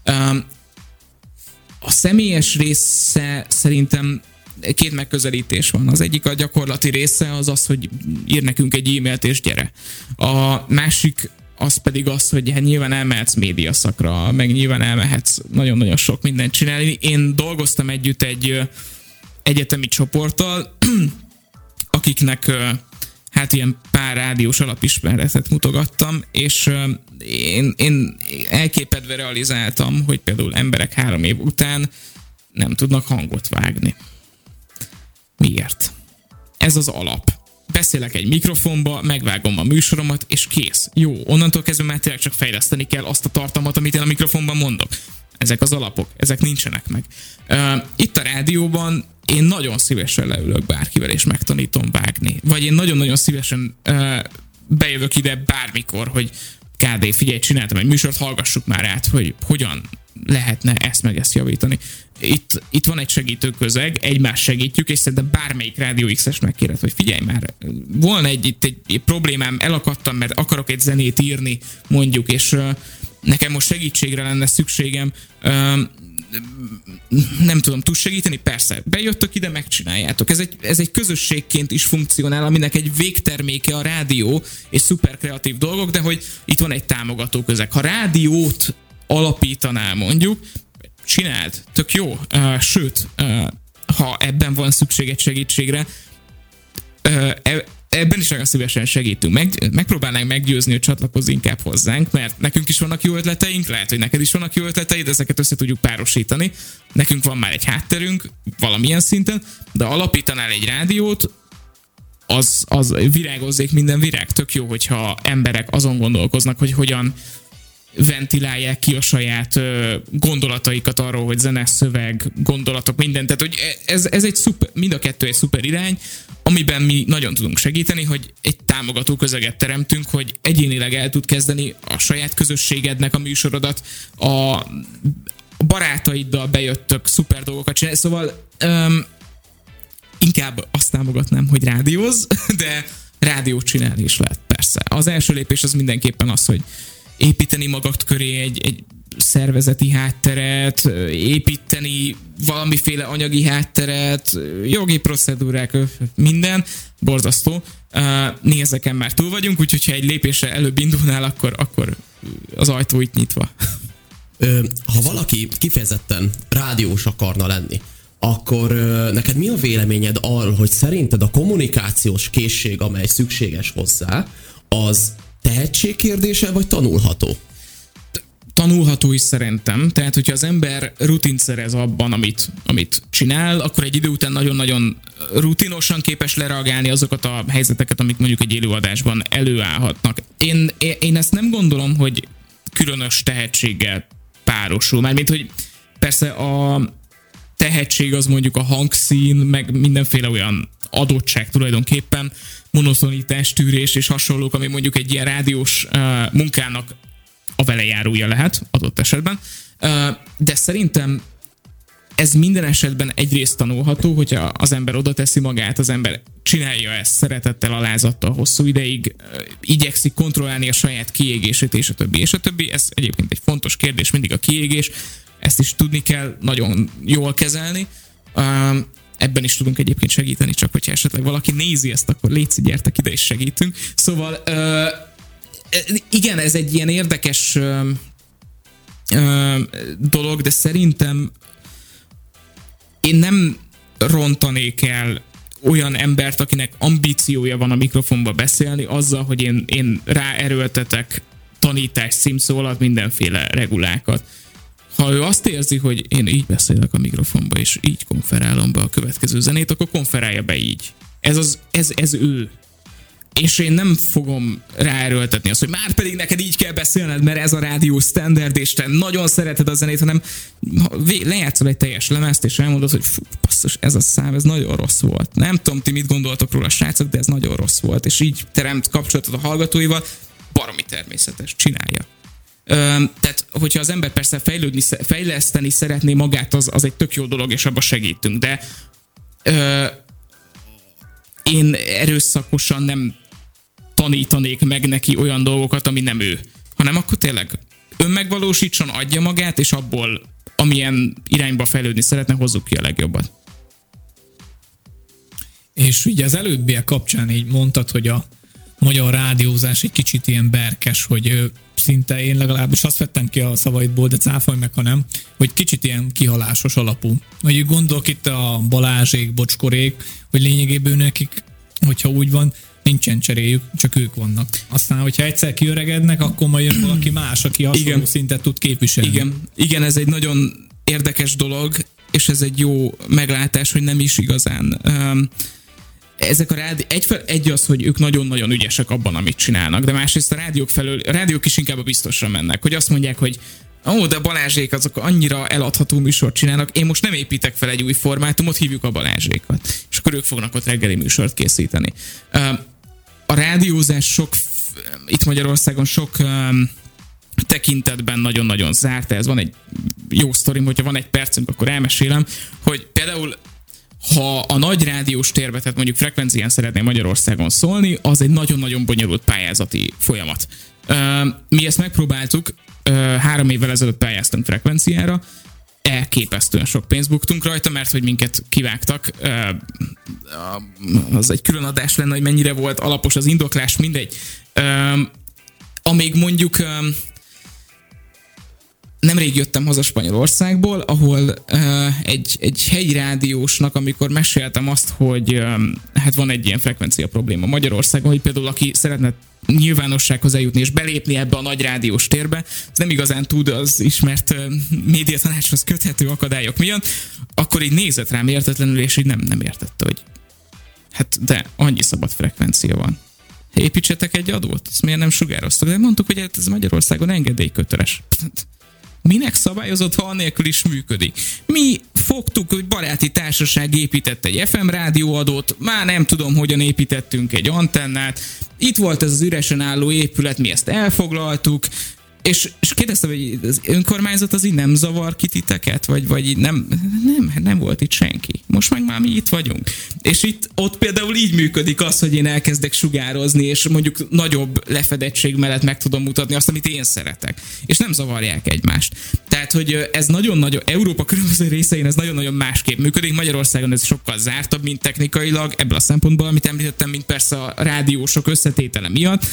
A személyes része szerintem 2 megközelítés van. Az egyik a gyakorlati része az, hogy ír nekünk egy e-mailt és gyere. A másik az pedig az, hogy hát nyilván elmehetsz médiaszakra, meg nyilván elmehetsz nagyon-nagyon sok mindent csinálni. Én dolgoztam együtt egy egyetemi csoporttal, akiknek hát ilyen pár rádiós alapismeretet mutogattam, és én elképedve realizáltam, hogy például emberek 3 év után nem tudnak hangot vágni. Miért? Ez az alap. Beszélek egy mikrofonba, megvágom a műsoromat, és kész. Jó, onnantól kezdve már tényleg csak fejleszteni kell azt a tartalmat, amit én a mikrofonban mondok. Ezek az alapok, ezek nincsenek meg. Itt a rádióban én nagyon szívesen leülök bárkivel, és megtanítom vágni. Vagy én nagyon-nagyon szívesen bejövök ide bármikor, hogy KD, figyelj, csináltam egy műsort, hallgassuk már át, hogy hogyan lehetne ezt meg ezt javítani. Itt van egy segítő közeg, egymást segítjük, és szerintem bármelyik Rádió X-es megkéred, hogy figyelj már, volna egy problémám, elakadtam, mert akarok egy zenét írni, mondjuk, és nekem most segítségre lenne szükségem, nem tudom, tudsz segíteni? Persze, bejöttök ide, megcsináljátok. Ez egy közösségként is funkcionál, aminek egy végterméke a rádió, és szuper kreatív dolgok, de hogy itt van egy támogató közeg. Ha rádiót alapítanál mondjuk, csináld, tök jó. Sőt, ha ebben van szükség egy segítségre, ebben is nagyon szívesen segítünk. Megpróbálnánk meggyőzni, hogy csatlakozz inkább hozzánk, mert nekünk is vannak jó ötleteink, lehet, hogy neked is vannak jó ötleteid, ezeket össze tudjuk párosítani. Nekünk van már egy hátterünk, valamilyen szinten, de alapítanál egy rádiót, az virágozzék minden virág. Tök jó, hogyha emberek azon gondolkoznak, hogy hogyan ventilálják ki a saját gondolataikat arról, hogy zene, szöveg, gondolatok, minden. Tehát, hogy ez egy szuper, mind a kettő egy szuper irány, amiben mi nagyon tudunk segíteni, hogy egy támogató közeget teremtünk, hogy egyénileg el tud kezdeni a saját közösségednek a műsorodat, a barátaiddal bejöttök szuper dolgokat csinálni. Szóval inkább azt támogatnám, hogy rádiózz, de rádiót csinálni is lehet, persze. Az első lépés az mindenképpen az, hogy építeni magad köré egy szervezeti hátteret, építeni valamiféle anyagi hátteret, jogi procedúrák, minden, borzasztó. Nézeken már túl vagyunk, úgyhogy ha egy lépésre előbb indulnál, akkor az ajtó itt nyitva. Ha valaki kifejezetten rádiós akarna lenni, akkor neked mi a véleményed arról, hogy szerinted a kommunikációs készség, amely szükséges hozzá, az tehetség kérdése, vagy tanulható? Tanulható is szerintem. Tehát, hogyha az ember rutint szerez abban, amit csinál, akkor egy idő után nagyon-nagyon rutinosan képes lereagálni azokat a helyzeteket, amik mondjuk egy élőadásban előállhatnak. Én ezt nem gondolom, hogy különös tehetséggel párosul. Mármint, hogy persze a tehetség az mondjuk a hangszín, meg mindenféle olyan adottság tulajdonképpen, monotonitás, tűrés és hasonlók, ami mondjuk egy ilyen rádiós munkának a velejárója lehet adott esetben. De szerintem ez minden esetben egyrészt tanulható, hogyha az ember oda teszi magát, az ember csinálja ezt szeretettel, alázattal, hosszú ideig, igyekszik kontrollálni a saját kiégését, és a többi, és a többi. Ez egyébként egy fontos kérdés, mindig a kiégés. Ezt is tudni kell nagyon jól kezelni. Ebben is tudunk egyébként segíteni, csak hogyha esetleg valaki nézi ezt, akkor létszi, gyertek ide és segítünk. Szóval igen, ez egy ilyen érdekes dolog, de szerintem én nem rontanék el olyan embert, akinek ambíciója van a mikrofonba beszélni, azzal, hogy én ráerőltetek tanítás címszó alatt mindenféle regulákat. Ha ő azt érzi, hogy én így beszélek a mikrofonba, és így konferálom be a következő zenét, akkor konferálja be így. Ez ő. És én nem fogom ráerőltetni azt, hogy már pedig neked így kell beszélned, mert ez a rádió standard, és te nagyon szereted a zenét, hanem lejátszol egy teljes lemezt, és elmondod, hogy fú, basszus, ez a szám, ez nagyon rossz volt. Nem tudom, ti mit gondoltok róla, srácok, de ez nagyon rossz volt. És így teremt kapcsolatot a hallgatóival, baromi természetes, csinálja. Tehát, hogyha az ember persze fejleszteni szeretné magát, az egy tök jó dolog, és abba segítünk, de én erőszakosan nem tanítanék meg neki olyan dolgokat, ami nem ő, hanem akkor tényleg önmegvalósítson, adja magát, és abból, amilyen irányba fejlődni szeretne, hozzuk ki a legjobbat. És ugye az előbbiek kapcsán így mondtad, hogy a magyar rádiózás egy kicsit ilyen berkes, hogy szinte én legalábbis azt vettem ki a szavaidból, de cáfolj meg, ha nem, hogy kicsit ilyen kihalásos alapú. Hogy gondolok itt a Balázsék, Bocskorék, hogy lényegében nekik, hogyha úgy van, nincsen cseréjük, csak ők vannak. Aztán, hogyha egyszer kiöregednek, akkor majd jön valaki más, aki hasonló szintet tud képviselni. Igen, ez egy nagyon érdekes dolog, és ez egy jó meglátás, hogy nem is igazán. Ezek a egy az, hogy ők nagyon-nagyon ügyesek abban, amit csinálnak, de másrészt a rádiók is inkább a biztosra mennek, hogy azt mondják, hogy de Balázsék azok annyira eladható műsort csinálnak, én most nem építek fel egy új formátumot, hívjuk a Balázsékat. És akkor ők fognak ott reggeli műsort készíteni. A rádiózás itt Magyarországon sok tekintetben nagyon-nagyon zárt. Ez van egy jó sztorim, hogyha van egy percünk, akkor elmesélem, hogy például ha a nagy rádiós térbe, tehát mondjuk frekvencián szeretné Magyarországon szólni, az egy nagyon-nagyon bonyolult pályázati folyamat. Mi ezt megpróbáltuk, 3 évvel ezelőtt pályáztunk frekvenciára, elképesztően sok pénzt buktunk rajta, mert hogy minket kivágtak. Az egy külön adás lenne, hogy mennyire volt alapos az indoklás, mindegy. Amíg mondjuk nemrég jöttem haza Spanyolországból, ahol egy helyi rádiósnak, amikor meséltem azt, hogy hát van egy ilyen frekvencia probléma Magyarországon, hogy például aki szeretne nyilvánossághoz eljutni és belépni ebbe a nagy rádiós térbe, ez nem igazán tud az ismert médiatanácshoz köthető akadályok miatt, akkor így nézett rám értetlenül, és így nem értette, hogy hát de annyi szabad frekvencia van. Építsetek egy adót, ezt miért nem sugároztak? De mondtuk, hogy ez Magyarországon engedélyköteles. Minek szabályozott, ha annélkül is működik? Mi fogtuk, hogy baráti társaság épített egy FM rádióadót, már nem tudom, hogyan építettünk egy antennát, itt volt ez az üresen álló épület, mi ezt elfoglaltuk, és kérdeztem, hogy az önkormányzat az így nem zavar ki titeket? Vagy így nem volt itt senki. Most meg már mi itt vagyunk. És ott például így működik az, hogy én elkezdek sugározni, és mondjuk nagyobb lefedettség mellett meg tudom mutatni azt, amit én szeretek. És nem zavarják egymást. Tehát, hogy ez nagyon-nagyon, Európa különböző részein ez nagyon-nagyon másképp működik. Magyarországon ez sokkal zártabb, mint technikailag, ebből a szempontból, amit említettem, mint persze a rádiósok összetétele miatt.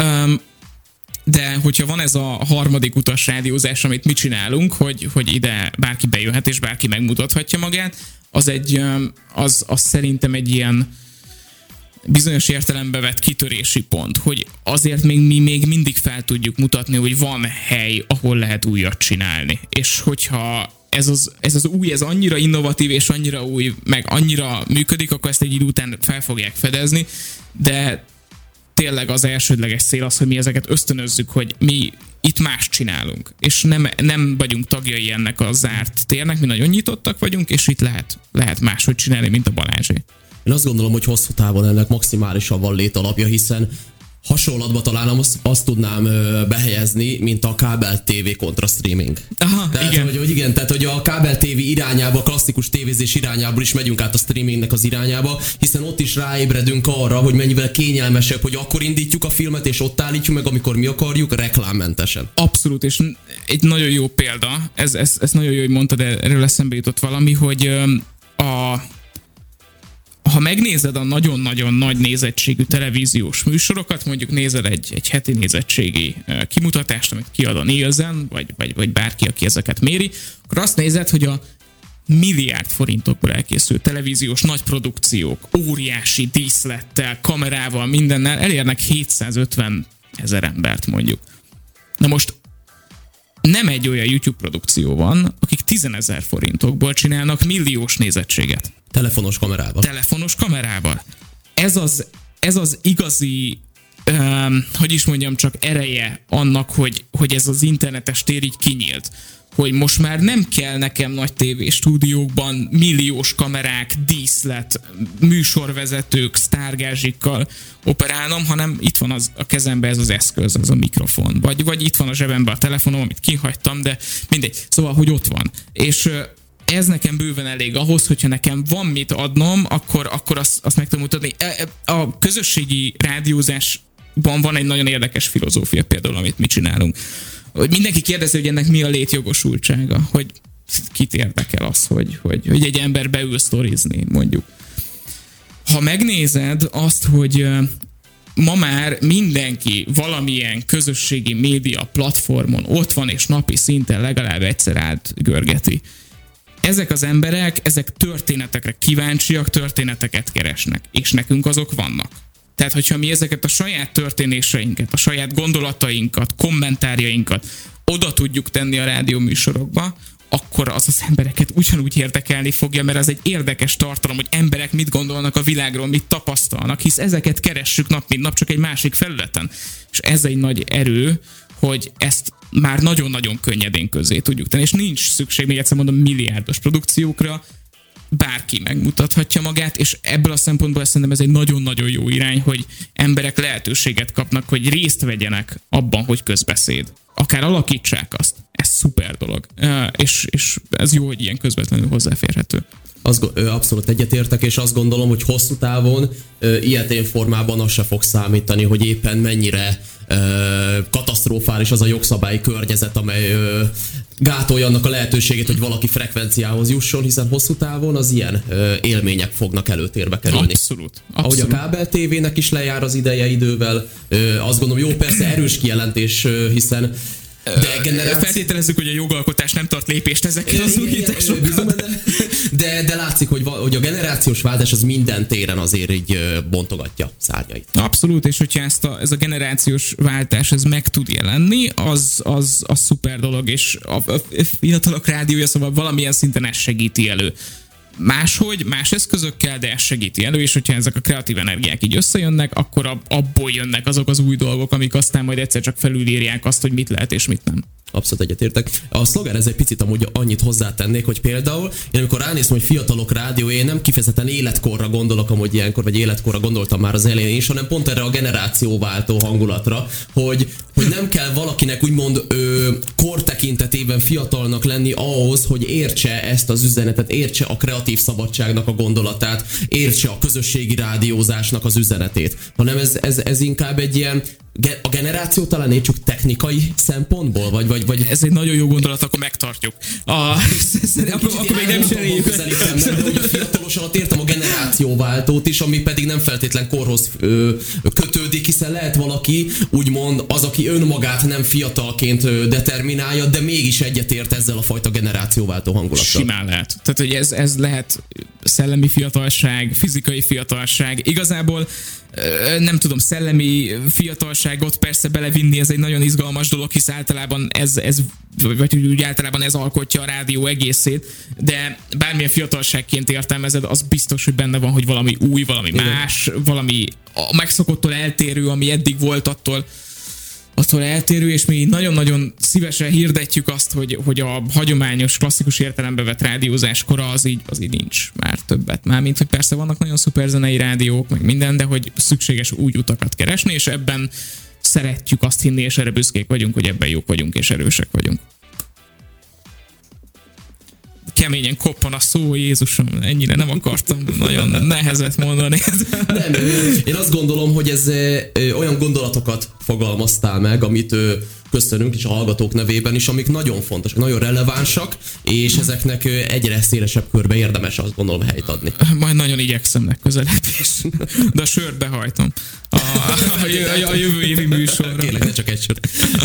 De hogyha van ez a harmadik utas rádiózás, amit mi csinálunk, hogy ide bárki bejöhet és bárki megmutathatja magát, az szerintem egy ilyen bizonyos értelembe vett kitörési pont, hogy azért mi még mindig fel tudjuk mutatni, hogy van hely, ahol lehet újat csinálni. És hogyha ez az új, ez annyira innovatív és annyira új, meg annyira működik, akkor ezt egy idő után fel fogják fedezni, de tényleg az elsődleges cél az, hogy mi ezeket ösztönözzük, hogy mi itt más csinálunk, és nem vagyunk tagjai ennek a zárt térnek, mi nagyon nyitottak vagyunk, és itt lehet máshogy csinálni, mint a Balázsé. Én azt gondolom, hogy hosszú távon ennek maximálisan van létalapja, hiszen hasonlatba talán azt tudnám behelyezni, mint a kábel TV kontra streaming. Aha, tehát, igen. Hogy igen, tehát hogy a kábel TV irányába, a klasszikus tévézés irányából is megyünk át a streamingnek az irányába, hiszen ott is ráébredünk arra, hogy mennyivel kényelmesebb, hogy akkor indítjuk a filmet, és ott állítjuk meg, amikor mi akarjuk, reklámmentesen. Abszolút, és egy nagyon jó példa, ez nagyon jó, hogy mondtad, erről eszembe jutott valami, hogy ha megnézed a nagyon-nagyon nagy nézettségű televíziós műsorokat, mondjuk nézed egy heti nézettségi kimutatást, amit kiad a Nielsen, vagy bárki, aki ezeket méri, akkor azt nézed, hogy a milliárd forintokból elkészült televíziós nagy produkciók, óriási díszlettel, kamerával, mindennel elérnek 750 000 embert mondjuk. Na most nem egy olyan YouTube produkció van, akik 10 000 forintokból csinálnak milliós nézettséget. Telefonos kamerával. Ez az igazi, hogy is mondjam, csak ereje annak, hogy ez az internetes tér így kinyílt. Hogy most már nem kell nekem nagy tévéstúdiókban milliós kamerák, díszlet, műsorvezetők, sztárgázsikkal operálnom, hanem itt van a kezembe ez az eszköz, az a mikrofon. Vagy itt van a zsebembe a telefonom, amit kihagytam, de mindegy. Szóval, hogy ott van. És ez nekem bőven elég ahhoz, hogyha nekem van mit adnom, akkor azt meg tudom mutatni. A közösségi rádiózásban van egy nagyon érdekes filozófia például, amit mi csinálunk. Hogy mindenki kérdezi, hogy ennek mi a létjogosultsága, hogy kit érdekel az, hogy egy ember beül sztorizni, mondjuk. Ha megnézed azt, hogy ma már mindenki valamilyen közösségi média platformon ott van, és napi szinten legalább egyszer átgörgeti. Ezek az emberek, ezek történetekre kíváncsiak, történeteket keresnek, és nekünk azok vannak. Tehát, hogyha mi ezeket a saját történéseinket, a saját gondolatainkat, kommentárjainkat oda tudjuk tenni a rádióműsorokba, akkor az embereket ugyanúgy érdekelni fogja, mert az egy érdekes tartalom, hogy emberek mit gondolnak a világról, mit tapasztalnak, hisz ezeket keressük nap mint nap, csak egy másik felületen. És ez egy nagy erő, hogy ezt már nagyon-nagyon könnyedén közé tudjuk tenni, és nincs szükség, még egyszer mondom, milliárdos produkciókra, bárki megmutathatja magát, és ebből a szempontból szerintem ez egy nagyon-nagyon jó irány, hogy emberek lehetőséget kapnak, hogy részt vegyenek abban, hogy közbeszéd. Akár alakítsák azt. Ez szuper dolog. És ez jó, hogy ilyen közvetlenül hozzáférhető. Abszolút egyetértek, és azt gondolom, hogy hosszú távon ilyetén formában az se fog számítani, hogy éppen mennyire katasztrofális az a jogszabályi környezet, amely gátolja annak a lehetőségét, hogy valaki frekvenciához jusson, hiszen hosszú távon az ilyen élmények fognak előtérbe kerülni. Abszolút. Ahogy a kábel tévének is lejár az ideje idővel, azt gondolom, jó, persze erős kijelentés, hiszen Feltételezzük, hogy a jogalkotás nem tart lépést ezekkel az újításokkal. De látszik, hogy a generációs váltás az minden téren azért így bontogatja szárnyait. Abszolút, és hogyha ez a generációs váltás ez meg tud jelenni, az szuper dolog, és a fiatalok rádiója, szóval valamilyen szinten ez segíti elő. Máshogy, más eszközökkel, de ez segíti elő, és hogyha ezek a kreatív energiák így összejönnek, akkor abból jönnek azok az új dolgok, amik aztán majd egyszer csak felülírják azt, hogy mit lehet és mit nem. Abszolút egyetértek. A szlogen ez egy picit amúgy annyit hozzátennék, hogy például én amikor ránézem, hogy fiatalok rádiója, én nem kifejezetten életkorra gondolok amúgy ilyenkor, vagy életkorra gondoltam már az elején is, hanem pont erre a generációváltó hangulatra, hogy nem kell valakinek úgymond kor tekintetében fiatalnak lenni ahhoz, hogy értse ezt az üzenetet, értse a kreatív szabadságnak a gondolatát, értse a közösségi rádiózásnak az üzenetét, hanem ez inkább egy ilyen a generáció talán egy csak technikai szempontból, vagy... Ez egy nagyon jó gondolat, akkor megtartjuk. Akkor még nem cseréljük. Hogy a fiatalos alatt értem a generációváltót is, ami pedig nem feltétlen korhoz kötődik, hiszen lehet valaki, úgymond az, aki önmagát nem fiatalként determinálja, de mégis egyetért ezzel a fajta generációváltó hangulattal. Simán lehet. Tehát, hogy ez lehet szellemi fiatalság, fizikai fiatalság. Igazából nem tudom, szellemi fiatalságot persze belevinni, ez egy nagyon izgalmas dolog, hisz általában vagy úgy általában ez alkotja a rádió egészét, de bármilyen fiatalságként értelmezed, az biztos, hogy benne van, hogy valami új, valami más, valami a megszokottól eltérő, ami eddig volt, attól eltérő, és mi nagyon-nagyon szívesen hirdetjük azt, hogy a hagyományos, klasszikus értelembe vett rádiózás kora az így nincs már többet. Mármint, hogy persze vannak nagyon szuper zenei rádiók, meg minden, de hogy szükséges új utakat keresni, és ebben szeretjük azt hinni, és erre büszkék vagyunk, hogy ebben jók vagyunk, és erősek vagyunk. Keményen koppan a szó, Jézusom, ennyire nem akartam nagyon nehezet mondani. Nem, én azt gondolom, hogy ez olyan gondolatokat fogalmaztál meg, amit köszönünk is a hallgatók nevében is, amik nagyon fontosak, nagyon relevánsak, és ezeknek egyre szélesebb körbe érdemes, azt gondolom, helyt adni. Majd nagyon igyekszem legközelebb is, de a sört behajtom. A jövő évi műsorra. Kérlek, ne csak egy sört.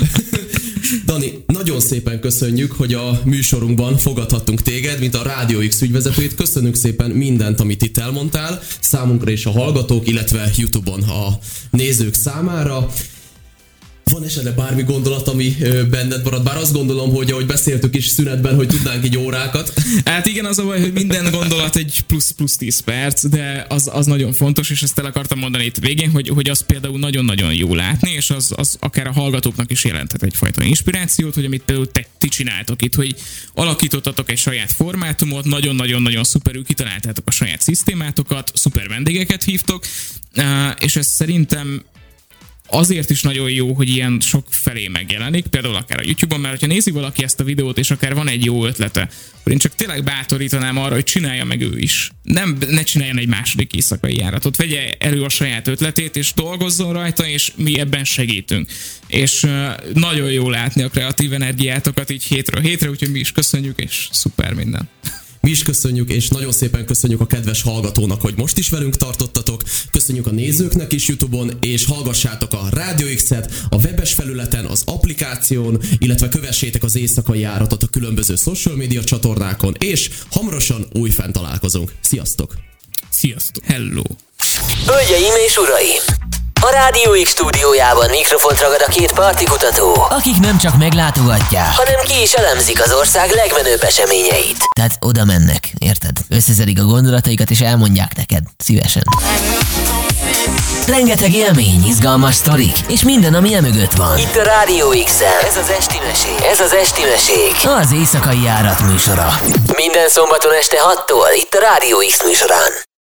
Dani, nagyon szépen köszönjük, hogy a műsorunkban fogadhattunk téged, mint a Rádió X ügyvezetőjét. Köszönjük szépen mindent, amit itt elmondtál, számunkra és a hallgatók, illetve YouTube-on a nézők számára. Van esetleg bármi gondolat, ami benned marad? Bár azt gondolom, hogy ahogy beszéltük is szünetben, hogy tudnánk így órákat. Hát igen, az a baj, hogy minden gondolat egy plusz 10 perc, de az nagyon fontos, és ezt el akartam mondani itt végén, hogy az például nagyon-nagyon jó látni, és az akár a hallgatóknak is jelenthet egyfajta inspirációt, hogy amit például ti csináltok itt, hogy alakítottatok egy saját formátumot, nagyon-nagyon-nagyon szuperül kitaláltátok a saját szisztémátokat, szuper vendégeket hívtok, és ez szerintem azért is nagyon jó, hogy ilyen sok felé megjelenik, például akár a YouTube-on, mert ha nézi valaki ezt a videót, és akár van egy jó ötlete, akkor én csak tényleg bátorítanám arra, hogy csinálja meg ő is. Ne csináljon egy második éjszakai járatot, vegye elő a saját ötletét, és dolgozzon rajta, és mi ebben segítünk. És nagyon jó látni a kreatív energiátokat így hétről hétre, úgyhogy mi is köszönjük, és szuper minden. Mi is köszönjük, és nagyon szépen köszönjük a kedves hallgatónak, hogy most is velünk tartottatok. Köszönjük a nézőknek is YouTube-on, és hallgassátok a Rádió X-et a webes felületen, az applikáción, illetve kövessétek az éjszakai járatot a különböző social media csatornákon, és hamarosan újfent találkozunk. Sziasztok! Sziasztok! Hello! Hölgyeim és uraim! A Rádió X stúdiójában mikrofont ragad a két partikutató, akik nem csak meglátogatják, hanem ki is elemzik az ország legmenőbb eseményeit. Tehát oda mennek, érted? Összeszedik a gondolataikat és elmondják neked, szívesen. Rengeteg élmény, izgalmas sztorik, és minden, ami emögött van. Itt a Rádió X-en. Ez az Esti Mesék. Az éjszakai járat műsora. Minden szombaton este 6-tól itt a Rádió X műsorán.